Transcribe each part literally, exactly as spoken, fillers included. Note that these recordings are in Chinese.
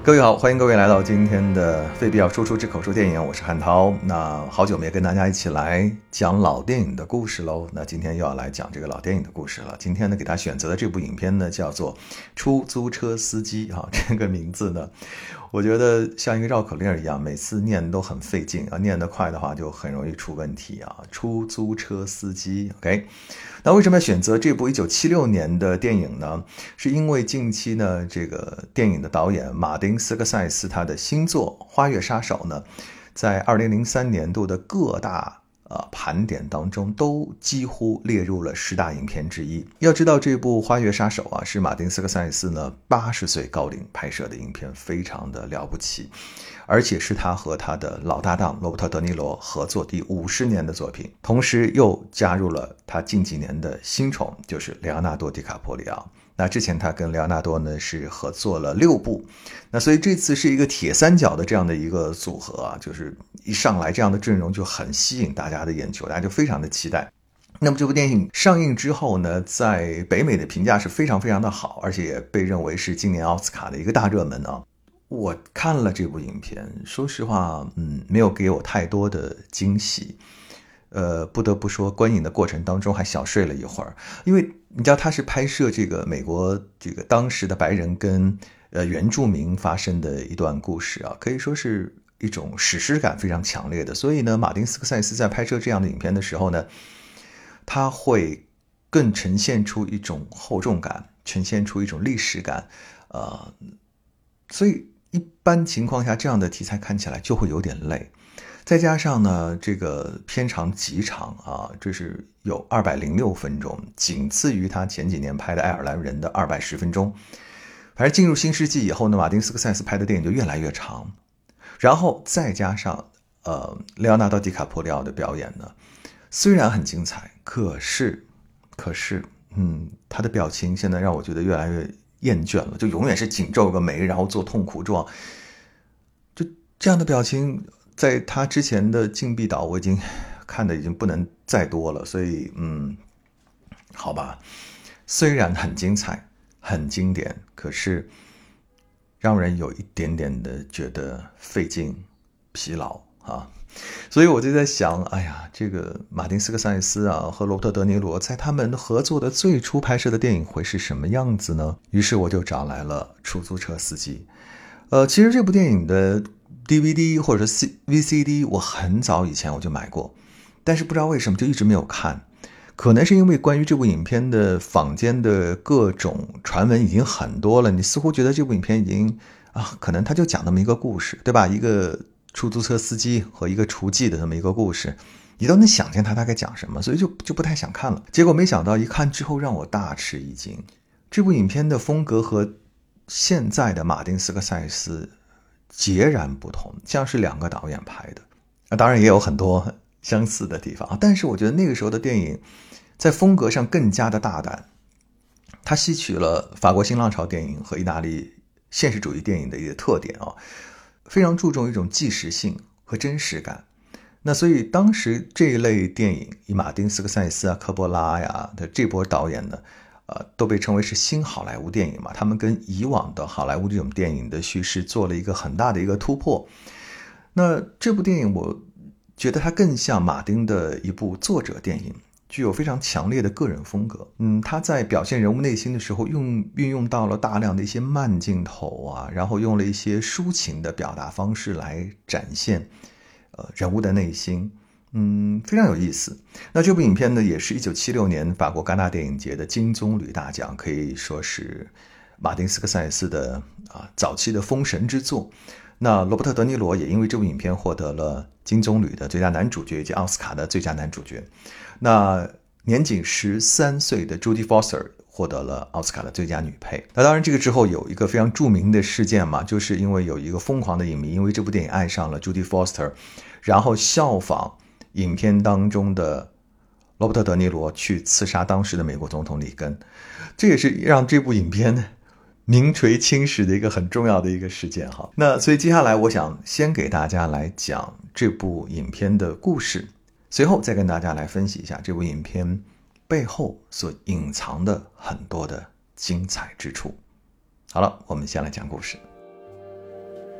各位好，欢迎各位来到今天的非必要输出之口述电影，我是汉涛。那好久没跟大家一起来讲老电影的故事喽。那今天又要来讲这个老电影的故事了。今天呢，给大家选择的这部影片呢，叫做《出租车司机》啊。这个名字呢，我觉得像一个绕口令一样，每次念都很费劲啊，念得快的话就很容易出问题啊。出租车司机 ，OK。那为什么要选择这部一九七六年的电影呢？是因为近期呢，这个电影的导演马丁斯科塞斯他的新作《花月杀手》呢，在二零零三年度的各大呃盘点当中都几乎列入了十大影片之一。要知道这部《花月杀手》啊，是马丁斯科塞斯呢八十岁高龄拍摄的影片，非常的了不起。而且是他和他的老搭档罗伯特·德尼罗合作第五十年的作品，同时又加入了他近几年的新宠，就是莱昂纳多·迪卡波里奥。那之前他跟莱昂纳多呢是合作了六部，那所以这次是一个铁三角的这样的一个组合啊，就是一上来这样的阵容就很吸引大家的眼球，大家就非常的期待。那么这部电影上映之后呢，在北美的评价是非常非常的好，而且也被认为是今年奥斯卡的一个大热门啊。我看了这部影片，说实话，嗯，没有给我太多的惊喜。呃，不得不说，观影的过程当中还小睡了一会儿，因为你知道他是拍摄这个美国这个当时的白人跟呃原住民发生的一段故事啊，可以说是一种史诗感非常强烈的。所以呢，马丁斯科塞斯在拍摄这样的影片的时候呢，他会更呈现出一种厚重感，呈现出一种历史感，呃，所以。一般情况下，这样的题材看起来就会有点累，再加上呢，这个片长极长啊，这是有二百零六分钟，仅次于他前几年拍的《爱尔兰人》的二百十分钟。反正进入新世纪以后呢，马丁斯科塞斯拍的电影就越来越长，然后再加上呃，莱昂纳多·迪卡波里奥的表演呢，虽然很精彩，可是，可是，嗯，他的表情现在让我觉得越来越。厌倦了，就永远是紧皱个眉，然后做痛苦状，就这样的表情，在他之前的禁闭岛我已经看的已经不能再多了，所以嗯，好吧，虽然很精彩很经典，可是让人有一点点的觉得费劲疲劳啊。所以我就在想，哎呀，这个马丁斯科塞斯啊和罗伯特·德尼罗在他们合作的最初拍摄的电影会是什么样子呢？于是我就找来了出租车司机。呃，其实这部电影的 D V D 或者 V C D 我很早以前我就买过，但是不知道为什么就一直没有看。可能是因为关于这部影片的坊间的各种传闻已经很多了，你似乎觉得这部影片已经啊，可能他就讲那么一个故事，对吧？一个出租车司机和一个厨妓的这么一个故事，你都能想见他大概讲什么，所以就就不太想看了。结果没想到一看之后让我大吃一惊，这部影片的风格和现在的马丁斯科塞斯截然不同，像是两个导演拍的。啊，当然也有很多相似的地方，但是我觉得那个时候的电影在风格上更加的大胆，它吸取了法国新浪潮电影和意大利现实主义电影的一个特点啊。非常注重一种纪实性和真实感，那所以当时这一类电影以马丁斯科塞斯啊、科波拉呀的这波导演呢，呃，都被称为是新好莱坞电影嘛。他们跟以往的好莱坞这种电影的叙事做了一个很大的一个突破。那这部电影我觉得它更像马丁的一部作者电影，具有非常强烈的个人风格。嗯，他在表现人物内心的时候用运用到了大量的一些慢镜头啊，然后用了一些抒情的表达方式来展现呃人物的内心。嗯，非常有意思。那这部影片呢，也是一九七六年法国戛纳电影节的金棕榈大奖，可以说是马丁斯科塞斯的啊早期的封神之作。那罗伯特·德尼罗也因为这部影片获得了金棕榈的最佳男主角以及奥斯卡的最佳男主角。那年仅十三岁的 Jodie Foster 获得了奥斯卡的最佳女配。那当然这个之后有一个非常著名的事件嘛，就是因为有一个疯狂的影迷因为这部电影爱上了 Jodie Foster， 然后效仿影片当中的罗伯特·德尼罗去刺杀当时的美国总统里根。这也是让这部影片名垂青史的一个很重要的一个事件哈。那所以接下来我想先给大家来讲这部影片的故事，随后再跟大家来分析一下这部影片背后所隐藏的很多的精彩之处。好了，我们先来讲故事。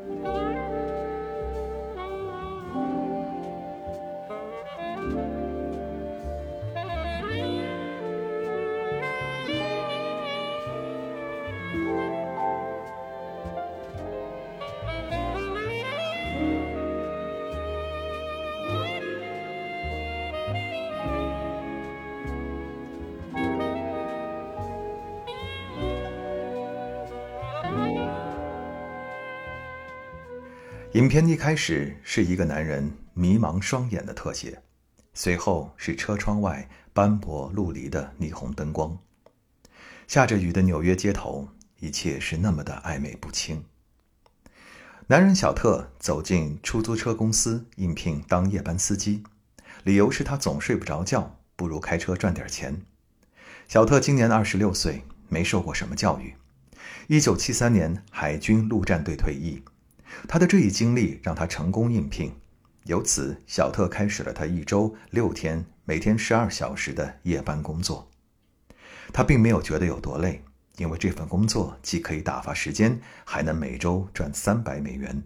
影片一开始是一个男人迷茫双眼的特写，随后是车窗外斑驳陆离的霓虹灯光。下着雨的纽约街头，一切是那么的暧昧不清。男人小特走进出租车公司应聘当夜班司机，理由是他总睡不着觉，不如开车赚点钱。小特今年二十六岁，没受过什么教育。一九七三年海军陆战队退役，他的这一经历让他成功应聘，由此小特开始了他一周六天每天十二小时的夜班工作。他并没有觉得有多累，因为这份工作既可以打发时间，还能每周赚三百美元。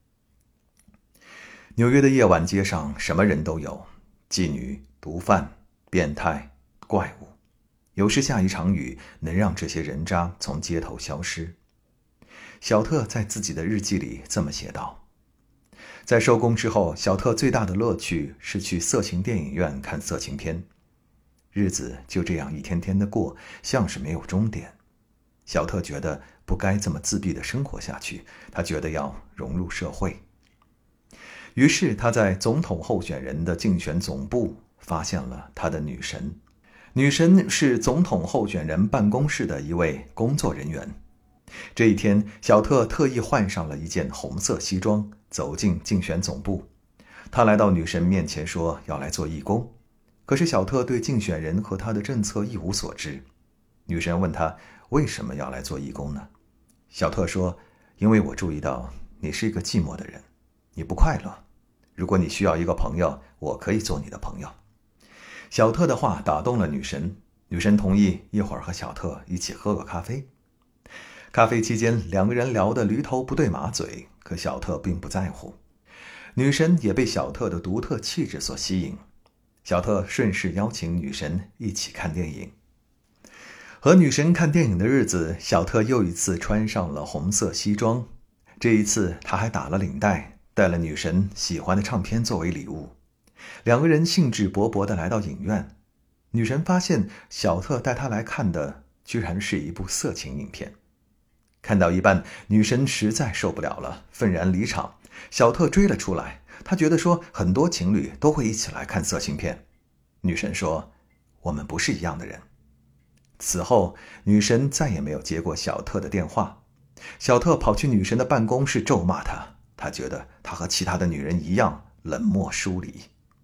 纽约的夜晚街上什么人都有，妓女、毒贩、变态、怪物。有时下一场雨能让这些人渣从街头消失。小特在自己的日记里这么写道：在收工之后，小特最大的乐趣是去色情电影院看色情片。日子就这样一天天的过，像是没有终点。小特觉得不该这么自闭的生活下去，他觉得要融入社会。于是他在总统候选人的竞选总部发现了他的女神。女神是总统候选人办公室的一位工作人员。这一天，小特特意换上了一件红色西装，走进竞选总部。他来到女神面前说要来做义工，可是小特对竞选人和他的政策一无所知。女神问他为什么要来做义工呢？小特说，因为我注意到你是一个寂寞的人，你不快乐。如果你需要一个朋友，我可以做你的朋友。小特的话打动了女神，女神同意一会儿和小特一起喝个咖啡。咖啡期间，两个人聊得驴头不对马嘴，可小特并不在乎。女神也被小特的独特气质所吸引，小特顺势邀请女神一起看电影。和女神看电影的日子，小特又一次穿上了红色西装，这一次他还打了领带，带了女神喜欢的唱片作为礼物。两个人兴致勃勃地来到影院，女神发现小特带她来看的居然是一部色情影片。看到一半，女神实在受不了了，愤然离场。小特追了出来，他觉得说很多情侣都会一起来看色情片。女神说，我们不是一样的人。此后，女神再也没有接过小特的电话。小特跑去女神的办公室咒骂她，他觉得她和其他的女人一样冷漠疏离。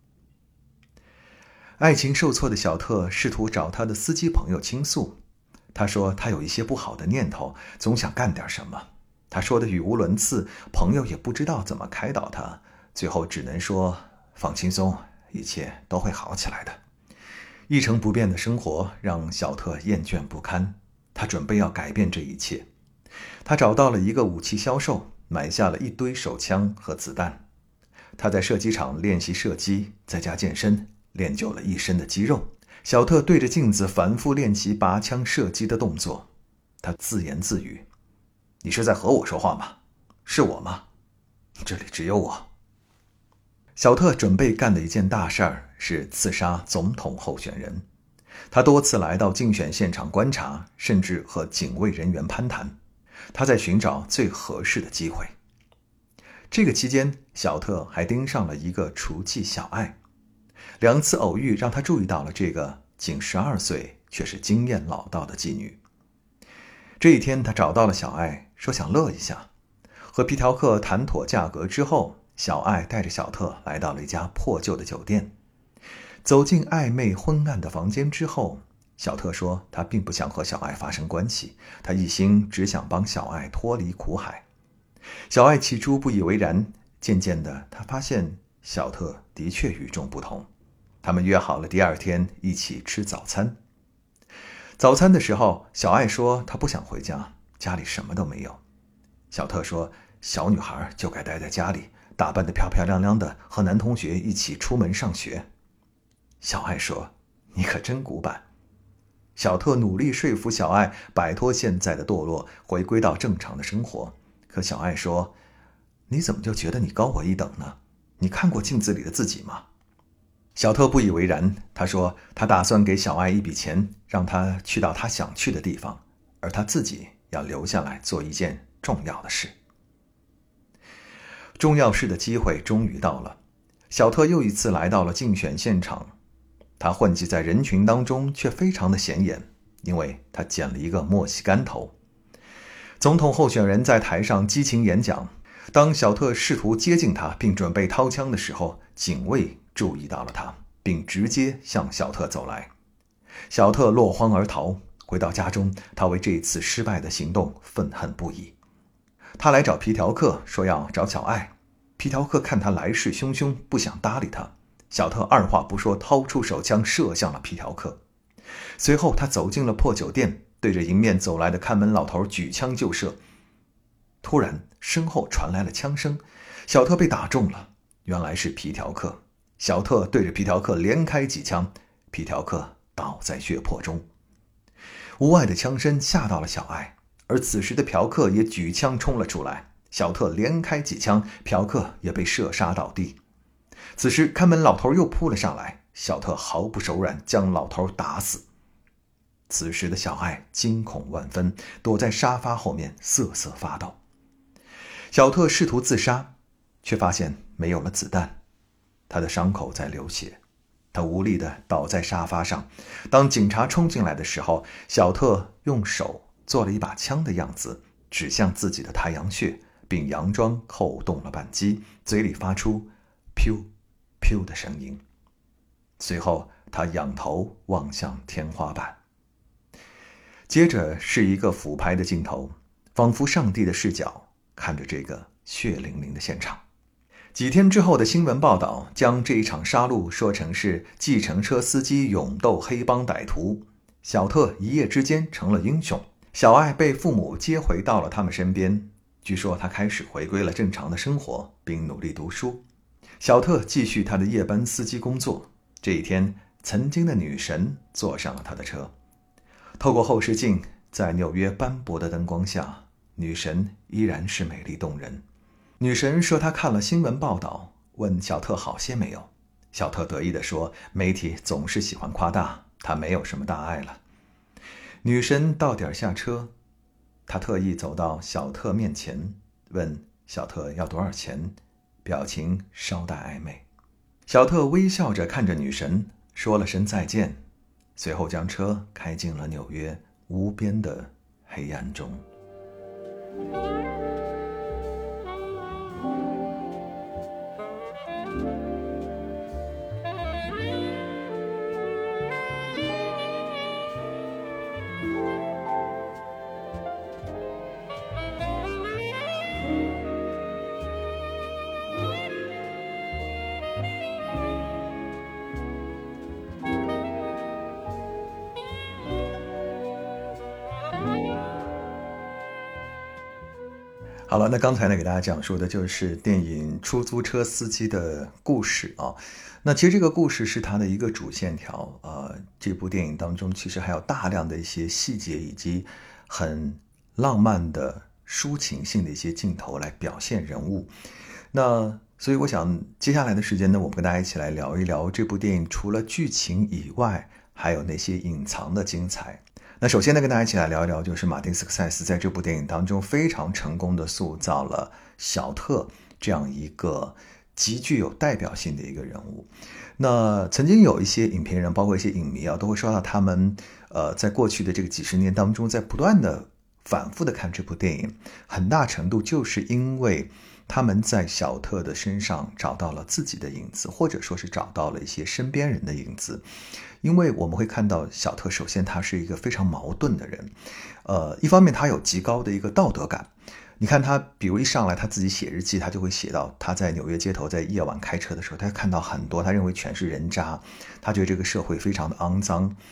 爱情受挫的小特试图找他的司机朋友倾诉，他说他有一些不好的念头，总想干点什么。他说的语无伦次，朋友也不知道怎么开导他，最后只能说放轻松，一切都会好起来的。一成不变的生活让小特厌倦不堪，他准备要改变这一切。他找到了一个武器销售，买下了一堆手枪和子弹。他在射击场练习射击，在家健身，练就了一身的肌肉。小特对着镜子反复练习拔枪射击的动作，他自言自语，你是在和我说话吗？是我吗？这里只有我。小特准备干的一件大事儿是刺杀总统候选人。他多次来到竞选现场观察，甚至和警卫人员攀谈。他在寻找最合适的机会。这个期间，小特还盯上了一个雏妓小爱。两次偶遇让他注意到了这个仅十二岁却是经验老道的妓女。这一天，他找到了小爱，说想乐一下。和皮条客谈妥价格之后，小爱带着小特来到了一家破旧的酒店。走进暧昧昏暗的房间之后，小特说他并不想和小爱发生关系，他一心只想帮小爱脱离苦海。小爱起初不以为然，渐渐的他发现小特的确与众不同。他们约好了第二天一起吃早餐。早餐的时候，小爱说她不想回家，家里什么都没有。小特说小女孩就该待在家里，打扮得漂漂亮亮的，和男同学一起出门上学。小爱说，你可真古板。小特努力说服小爱摆脱现在的堕落，回归到正常的生活。可小爱说，你怎么就觉得你高我一等呢？你看过镜子里的自己吗？小特不以为然，他说他打算给小爱一笔钱，让她去到他想去的地方，而他自己要留下来做一件重要的事。重要事的机会终于到了，小特又一次来到了竞选现场。他混迹在人群当中，却非常的显眼，因为他剪了一个墨西干头。总统候选人在台上激情演讲，当小特试图接近他并准备掏枪的时候，警卫注意到了他，并直接向小特走来。小特落荒而逃，回到家中，他为这次失败的行动愤恨不已。他来找皮条客，说要找小爱。皮条客看他来势汹汹，不想搭理他。小特二话不说，掏出手枪射向了皮条客。随后他走进了破酒店，对着迎面走来的看门老头举枪就射。突然身后传来了枪声，小特被打中了，原来是皮条客。小特对着皮条客连开几枪，皮条客倒在血泊中。屋外的枪声吓到了小爱，而此时的嫖客也举枪冲了出来。小特连开几枪，嫖客也被射杀倒地。此时看门老头又扑了上来，小特毫不手软，将老头打死。此时的小爱惊恐万分，躲在沙发后面瑟瑟发抖。小特试图自杀，却发现没有了子弹，他的伤口在流血，他无力地倒在沙发上。当警察冲进来的时候，小特用手做了一把枪的样子，指向自己的太阳穴，并佯装扣动了扳机，嘴里发出噗噗的声音。随后他仰头望向天花板。接着是一个俯拍的镜头，仿佛上帝的视角看着这个血淋淋的现场。几天之后的新闻报道将这一场杀戮说成是计程车司机勇斗黑帮歹徒，小特一夜之间成了英雄。小爱被父母接回到了他们身边，据说他开始回归了正常的生活，并努力读书。小特继续他的夜班司机工作。这一天，曾经的女神坐上了他的车。透过后视镜，在纽约斑驳的灯光下，女神依然是美丽动人。女神说她看了新闻报道，问小特好些没有。小特得意地说，媒体总是喜欢夸大，他没有什么大碍了。女神到点下车，她特意走到小特面前，问小特要多少钱，表情稍带暧昧。小特微笑着看着女神，说了声再见，随后将车开进了纽约无边的黑暗中。好了，那刚才呢给大家讲述的就是电影《出租车司机》的故事啊。那其实这个故事是它的一个主线条，呃，这部电影当中其实还有大量的一些细节以及很浪漫的抒情性的一些镜头来表现人物。那所以我想接下来的时间呢，我们跟大家一起来聊一聊这部电影除了剧情以外，还有那些隐藏的精彩。那首先呢，跟大家一起来聊一聊，就是马丁·斯科塞斯在这部电影当中非常成功的塑造了小特这样一个极具有代表性的一个人物。那曾经有一些影评人，包括一些影迷啊，都会说到他们呃在过去的这个几十年当中，在不断的反复的看这部电影，很大程度就是因为他们在小特的身上找到了自己的影子，或者说是找到了一些身边人的影子。因为我们会看到小特，首先他是一个非常矛盾的人，呃，一方面他有极高的一个道德感。你看他，比如一上来他自己写日记，他就会写到他在纽约街头在夜晚开车的时候，他看到很多他认为全是人渣，他觉得这个社会非常的肮脏。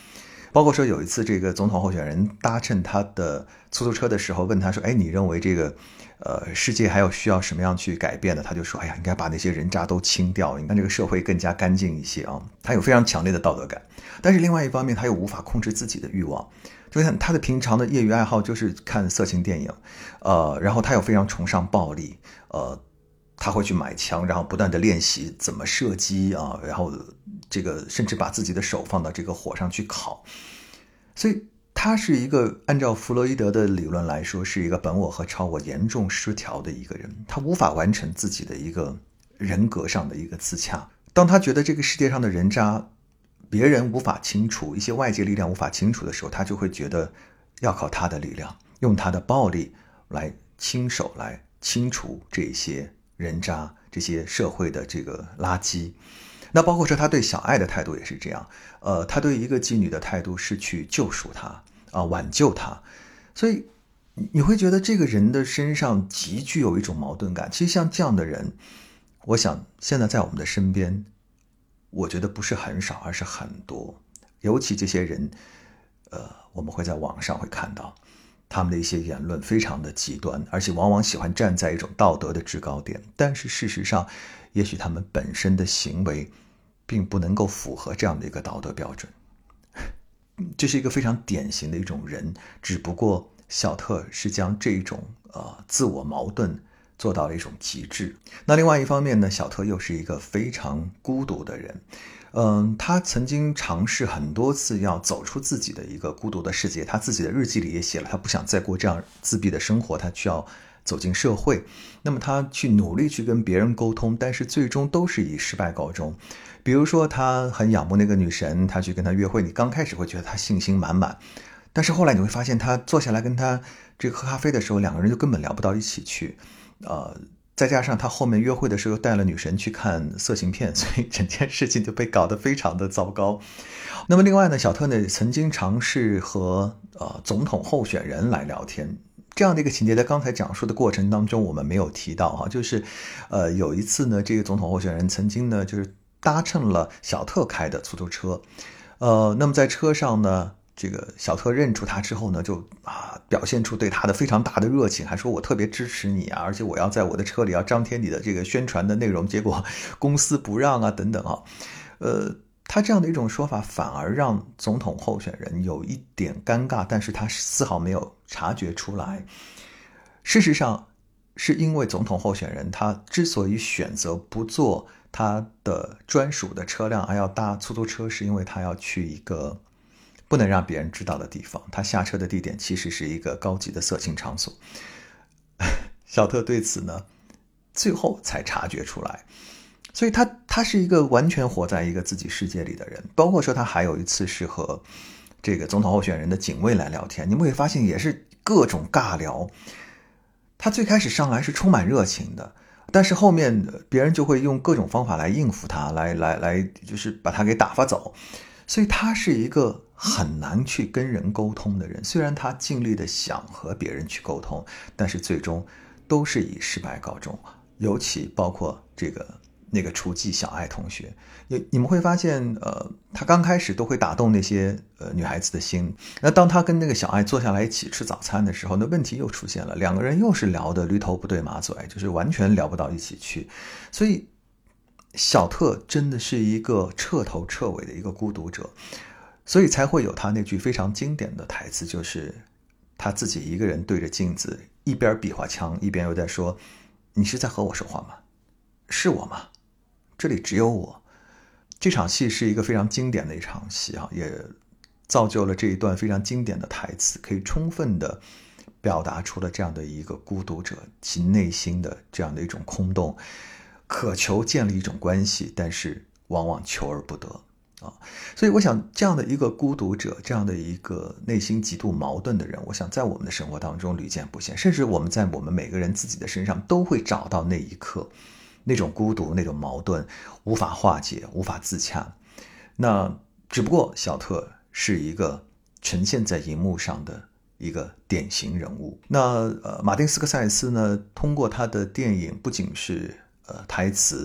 包括说有一次这个总统候选人搭乘他的出租车的时候，问他说，哎，你认为这个呃世界还有需要什么样去改变的？他就说，哎呀，应该把那些人渣都清掉，你看这个社会更加干净一些啊。他有非常强烈的道德感，但是另外一方面他又无法控制自己的欲望，就像他的平常的业余爱好就是看色情电影，呃，然后他又非常崇尚暴力，呃，他会去买枪，然后不断的练习怎么射击啊，然后这个甚至把自己的手放到这个火上去烤，所以他是一个按照弗洛伊德的理论来说，是一个本我和超我严重失调的一个人，他无法完成自己的一个人格上的一个自洽。当他觉得这个世界上的人渣别人无法清除，一些外界力量无法清除的时候，他就会觉得要靠他的力量，用他的暴力来亲手来清除这些人渣，这些社会的这个垃圾。那包括说他对小爱的态度也是这样，呃，他对一个妓女的态度是去救赎她啊、呃，挽救她。所以你会觉得这个人的身上极具有一种矛盾感。其实像这样的人，我想现在在我们的身边，我觉得不是很少，而是很多。尤其这些人，呃，我们会在网上会看到他们的一些言论非常的极端，而且往往喜欢站在一种道德的制高点。但是事实上，也许他们本身的行为并不能够符合这样的一个道德标准。这是一个非常典型的一种人，只不过小特是将这种呃自我矛盾做到了一种极致。那另外一方面呢，小特又是一个非常孤独的人。嗯，他曾经尝试很多次要走出自己的一个孤独的世界，他自己的日记里也写了，他不想再过这样自闭的生活，他需要走进社会。那么他去努力去跟别人沟通，但是最终都是以失败告终。比如说他很仰慕那个女神，他去跟她约会，你刚开始会觉得他信心满满，但是后来你会发现他坐下来跟他这个喝咖啡的时候，两个人就根本聊不到一起去，呃再加上他后面约会的时候带了女神去看色情片，所以整件事情就被搞得非常的糟糕。那么另外呢，小特呢曾经尝试和呃总统候选人来聊天，这样的一个情节在刚才讲述的过程当中我们没有提到哈，就是呃有一次呢，这个总统候选人曾经呢就是搭乘了小特开的出租车，呃那么在车上呢，这个小特认出他之后呢，就啊表现出对他的非常大的热情，还说我特别支持你啊，而且我要在我的车里要张贴你的这个宣传的内容，结果公司不让啊等等啊，呃，他这样的一种说法反而让总统候选人有一点尴尬，但是他丝毫没有察觉出来。事实上，是因为总统候选人他之所以选择不坐他的专属的车辆，而要搭出租车，是因为他要去一个不能让别人知道的地方，他下车的地点其实是一个高级的色情场所。小特对此呢，最后才察觉出来，所以他他是一个完全活在一个自己世界里的人。包括说他还有一次是和这个总统候选人的警卫来聊天，你们会发现也是各种尬聊。他最开始上来是充满热情的，但是后面别人就会用各种方法来应付他，来来来，就是把他给打发走。所以他是一个很难去跟人沟通的人，虽然他尽力的想和别人去沟通，但是最终都是以失败告终。尤其包括这个那个厨妓小爱同学，你你们会发现，呃，他刚开始都会打动那些呃女孩子的心。那当他跟那个小爱坐下来一起吃早餐的时候，那问题又出现了，两个人又是聊的驴头不对马嘴，就是完全聊不到一起去。所以小特真的是一个彻头彻尾的一个孤独者，所以才会有他那句非常经典的台词，就是他自己一个人对着镜子，一边比划枪，一边又在说：“你是在和我说话吗？是我吗？这里只有我。”这场戏是一个非常经典的一场戏啊，也造就了这一段非常经典的台词，可以充分的表达出了这样的一个孤独者其内心的这样的一种空洞，渴求建立一种关系，但是往往求而不得啊。所以我想这样的一个孤独者，这样的一个内心极度矛盾的人，我想在我们的生活当中屡见不鲜，甚至我们在我们每个人自己的身上都会找到那一刻，那种孤独，那种矛盾无法化解，无法自洽。那只不过小特是一个呈现在荧幕上的一个典型人物。那呃，马丁斯科塞斯呢，通过他的电影不仅是呃台词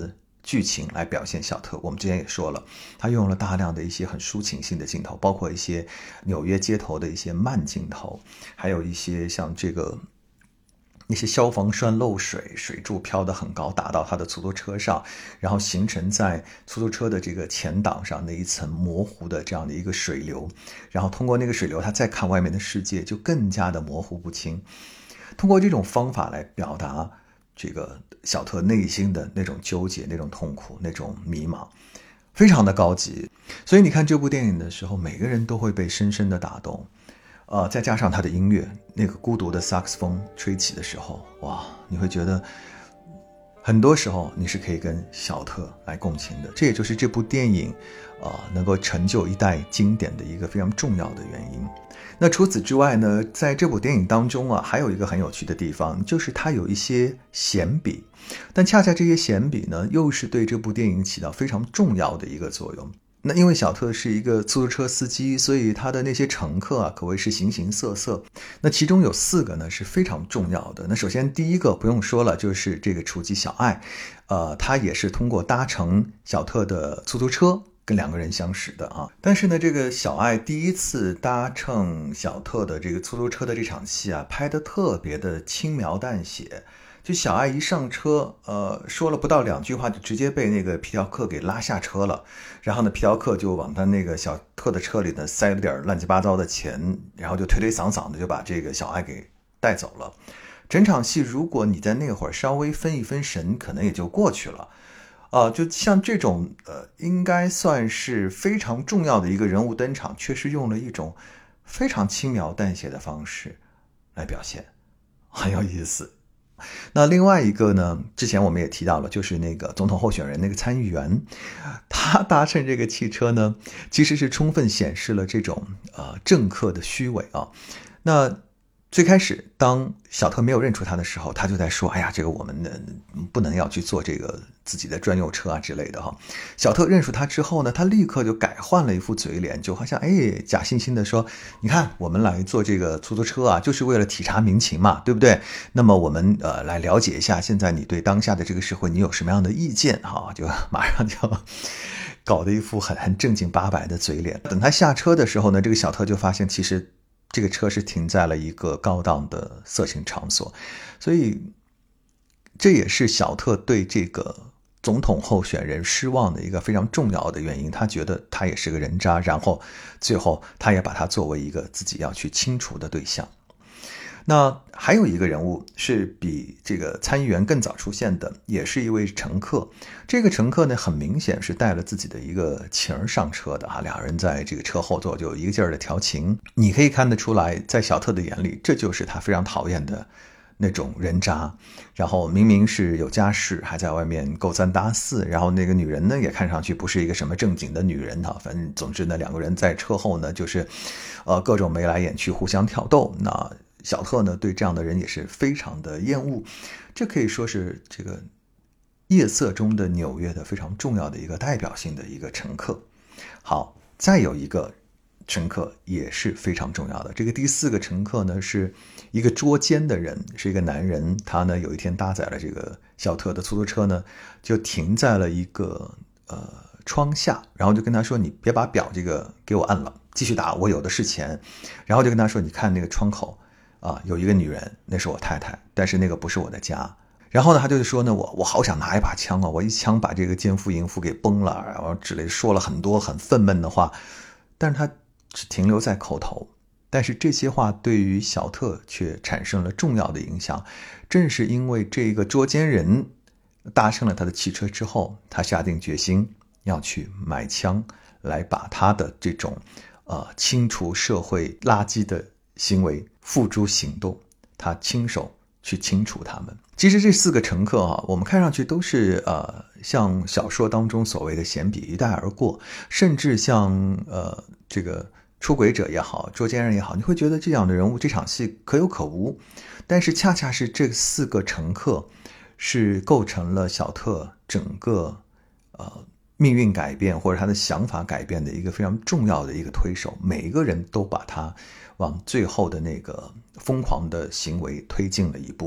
剧情来表现小特。我们之前也说了，他用了大量的一些很抒情性的镜头，包括一些纽约街头的一些慢镜头，还有一些像这个那些消防栓漏水，水柱飘得很高，打到他的出租车上，然后形成在出租车的这个前挡上那一层模糊的这样的一个水流，然后通过那个水流他再看外面的世界就更加的模糊不清。通过这种方法来表达这个小特内心的那种纠结、那种痛苦、那种迷茫，非常的高级。所以你看这部电影的时候，每个人都会被深深的打动。呃，再加上他的音乐，那个孤独的萨克斯风吹起的时候，哇，你会觉得很多时候你是可以跟小特来共情的。这也就是这部电影呃，能够成就一代经典的一个非常重要的原因。那除此之外呢，在这部电影当中啊，还有一个很有趣的地方，就是它有一些闲笔，但恰恰这些闲笔呢，又是对这部电影起到非常重要的一个作用。那因为小特是一个出租车司机，所以他的那些乘客啊，可谓是形形色色。那其中有四个呢是非常重要的。那首先第一个不用说了，就是这个雏妓小爱，呃，他也是通过搭乘小特的出租车跟两个人相识的啊。但是呢，这个小爱第一次搭乘小特的这个出租车的这场戏啊，拍得特别的轻描淡写。就小爱一上车，呃，说了不到两句话，就直接被那个皮条客给拉下车了。然后呢，皮条客就往他那个小特的车里呢塞了点乱七八糟的钱，然后就推推搡搡的就把这个小爱给带走了。整场戏，如果你在那会儿稍微分一分神，可能也就过去了。呃，就像这种呃，应该算是非常重要的一个人物登场，却是用了一种非常轻描淡写的方式来表现，很有意思。那另外一个呢，之前我们也提到了，就是那个总统候选人那个参议员，他搭乘这个汽车呢，其实是充分显示了这种呃政客的虚伪啊。那最开始当小特没有认出他的时候，他就在说，哎呀，这个我们呢不能要去坐这个自己的专用车啊之类的哈。小特认出他之后呢，他立刻就改换了一副嘴脸，就好像哎假惺惺的说，你看我们来坐这个出租车啊，就是为了体察民情嘛，对不对？那么我们呃来了解一下现在你对当下的这个社会你有什么样的意见哈，就马上就搞得一副很很正经八百的嘴脸。等他下车的时候呢，这个小特就发现其实这个车是停在了一个高档的色情场所，所以这也是小特对这个总统候选人失望的一个非常重要的原因。他觉得他也是个人渣，然后最后他也把他作为一个自己要去清除的对象。那还有一个人物是比这个参议员更早出现的，也是一位乘客。这个乘客呢，很明显是带了自己的一个情上车的啊，两人在这个车后座就一个劲儿的调情。你可以看得出来，在小特的眼里，这就是他非常讨厌的那种人渣。然后明明是有家室，还在外面勾三搭四，然后那个女人呢，也看上去不是一个什么正经的女人哈。反正总之呢，两个人在车后呢，就是呃各种眉来眼去，互相挑逗。那小特呢，对这样的人也是非常的厌恶，这可以说是这个夜色中的纽约的非常重要的一个代表性的一个乘客。好，再有一个乘客也是非常重要的，这个第四个乘客呢，是一个捉奸的人，是一个男人。他呢有一天搭载了这个小特的出租车呢，就停在了一个呃窗下，然后就跟他说，你别把表这个给我按了，继续打，我有的是钱。然后就跟他说，你看那个窗口啊，有一个女人，那是我太太，但是那个不是我的家。然后呢，他就说呢，我我好想拿一把枪啊，我一枪把这个奸夫淫妇给崩了，然后之类说了很多很愤懑的话，但是他只停留在口头。但是这些话对于小特却产生了重要的影响，正是因为这个捉奸人搭乘了他的汽车之后，他下定决心要去买枪来把他的这种呃清除社会垃圾的行为付诸行动，他亲手去清除他们。其实这四个乘客啊，我们看上去都是呃像小说当中所谓的闲笔一带而过，甚至像呃这个出轨者也好，捉奸人也好，你会觉得这样的人物这场戏可有可无。但是恰恰是这四个乘客是构成了小特整个呃命运改变或者他的想法改变的一个非常重要的一个推手，每一个人都把他往最后的那个疯狂的行为推进了一步。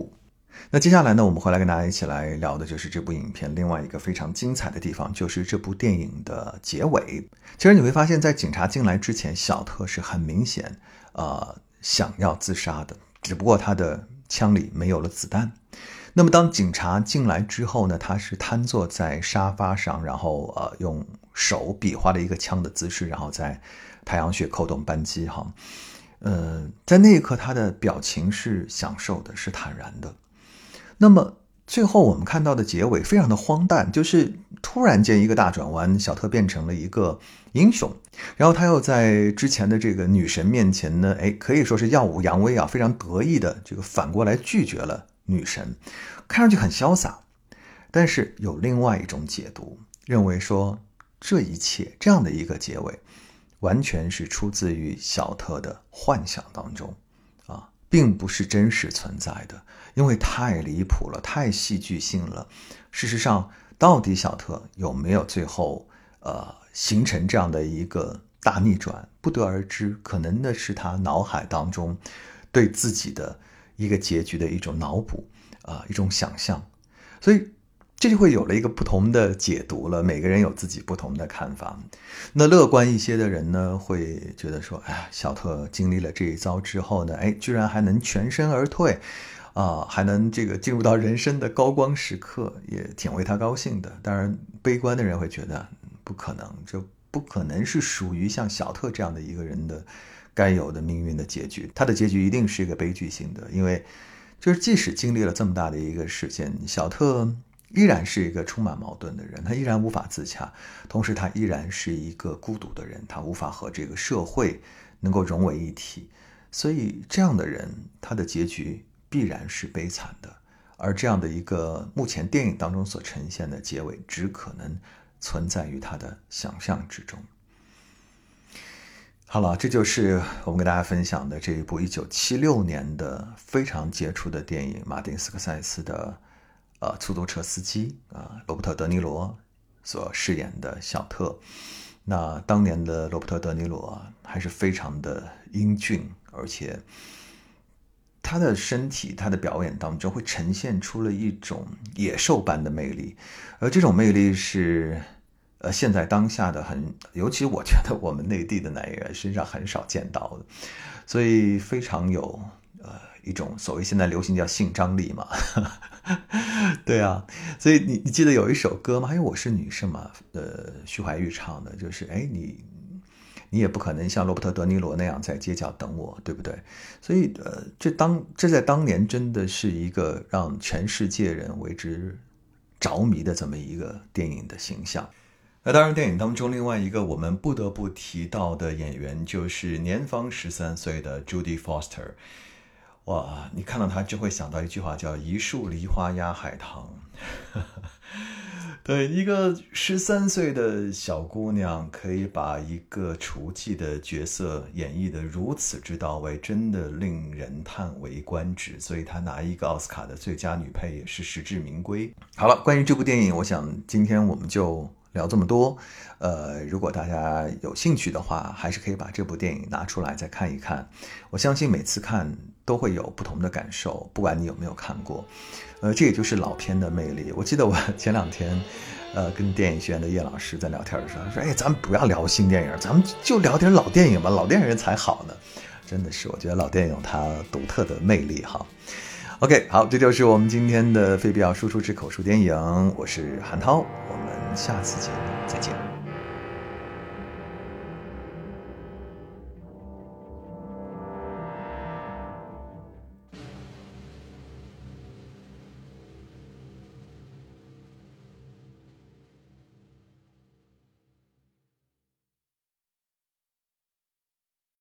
那接下来呢，我们会来跟大家一起来聊的就是这部影片另外一个非常精彩的地方，就是这部电影的结尾。其实你会发现在警察进来之前，小特是很明显呃想要自杀的，只不过他的枪里没有了子弹。那么当警察进来之后呢，他是瘫坐在沙发上，然后呃用手比划了一个枪的姿势，然后在太阳穴扣动扳机哈。呃，在那一刻他的表情是享受的，是坦然的。那么最后我们看到的结尾非常的荒诞，就是突然间一个大转弯，小特变成了一个英雄，然后他又在之前的这个女神面前呢，哎，可以说是耀武扬威啊，非常得意的这个反过来拒绝了女神，看上去很潇洒。但是有另外一种解读，认为说这一切这样的一个结尾完全是出自于小特的幻想当中啊，并不是真实存在的，因为太离谱了，太戏剧性了。事实上，到底小特有没有最后呃形成这样的一个大逆转，不得而知。可能的是他脑海当中对自己的一个结局的一种脑补啊、呃，一种想象，所以这就会有了一个不同的解读了，每个人有自己不同的看法。那乐观一些的人呢，会觉得说，哎，小特经历了这一遭之后呢，哎，居然还能全身而退，啊、呃，还能这个进入到人生的高光时刻，也挺为他高兴的。当然，悲观的人会觉得不可能，这不可能是属于像小特这样的一个人的该有的命运的结局，他的结局一定是一个悲剧性的，因为就是即使经历了这么大的一个事件，小特依然是一个充满矛盾的人，他依然无法自洽，同时他依然是一个孤独的人，他无法和这个社会能够融为一体，所以这样的人他的结局必然是悲惨的，而这样的一个目前电影当中所呈现的结尾只可能存在于他的想象之中。好了，这就是我们跟大家分享的这一部一九七六年的非常杰出的电影，马丁斯科塞斯的呃，出租车司机啊、呃，罗伯特·德尼罗所饰演的小特。那当年的罗伯特·德尼罗还是非常的英俊，而且他的身体、他的表演当中会呈现出了一种野兽般的魅力，而这种魅力是呃现在当下的很，尤其我觉得我们内地的男演员身上很少见到的，所以非常有呃一种所谓现在流行叫性张力嘛。对啊，所以你你记得有一首歌吗？还有我是女生嘛，呃，徐怀钰唱的，就是哎你你也不可能像罗伯特·德尼罗那样在街角等我，对不对？所以呃，这当这在当年真的是一个让全世界人为之着迷的这么一个电影的形象。那当然，电影当中另外一个我们不得不提到的演员就是年方十三岁的 Jodie Foster。哇，你看到他就会想到一句话，叫一树梨花压海棠。对，一个十三岁的小姑娘可以把一个厨妓的角色演绎得如此之到位，真的令人叹为观止。所以她拿一个奥斯卡的最佳女配也是实至名归。好了，关于这部电影，我想今天我们就聊这么多。呃，如果大家有兴趣的话，还是可以把这部电影拿出来再看一看。我相信每次看都会有不同的感受，不管你有没有看过。呃，这也就是老片的魅力。我记得我前两天，呃，跟电影学院的叶老师在聊天的时候，他说：“哎，咱们不要聊新电影，咱们就聊点老电影吧，老电影才好呢。”真的是，我觉得老电影有它独特的魅力哈。OK， 好，这就是我们今天的非必要输出之口述电影。我是韩涛，我们下次节目再见。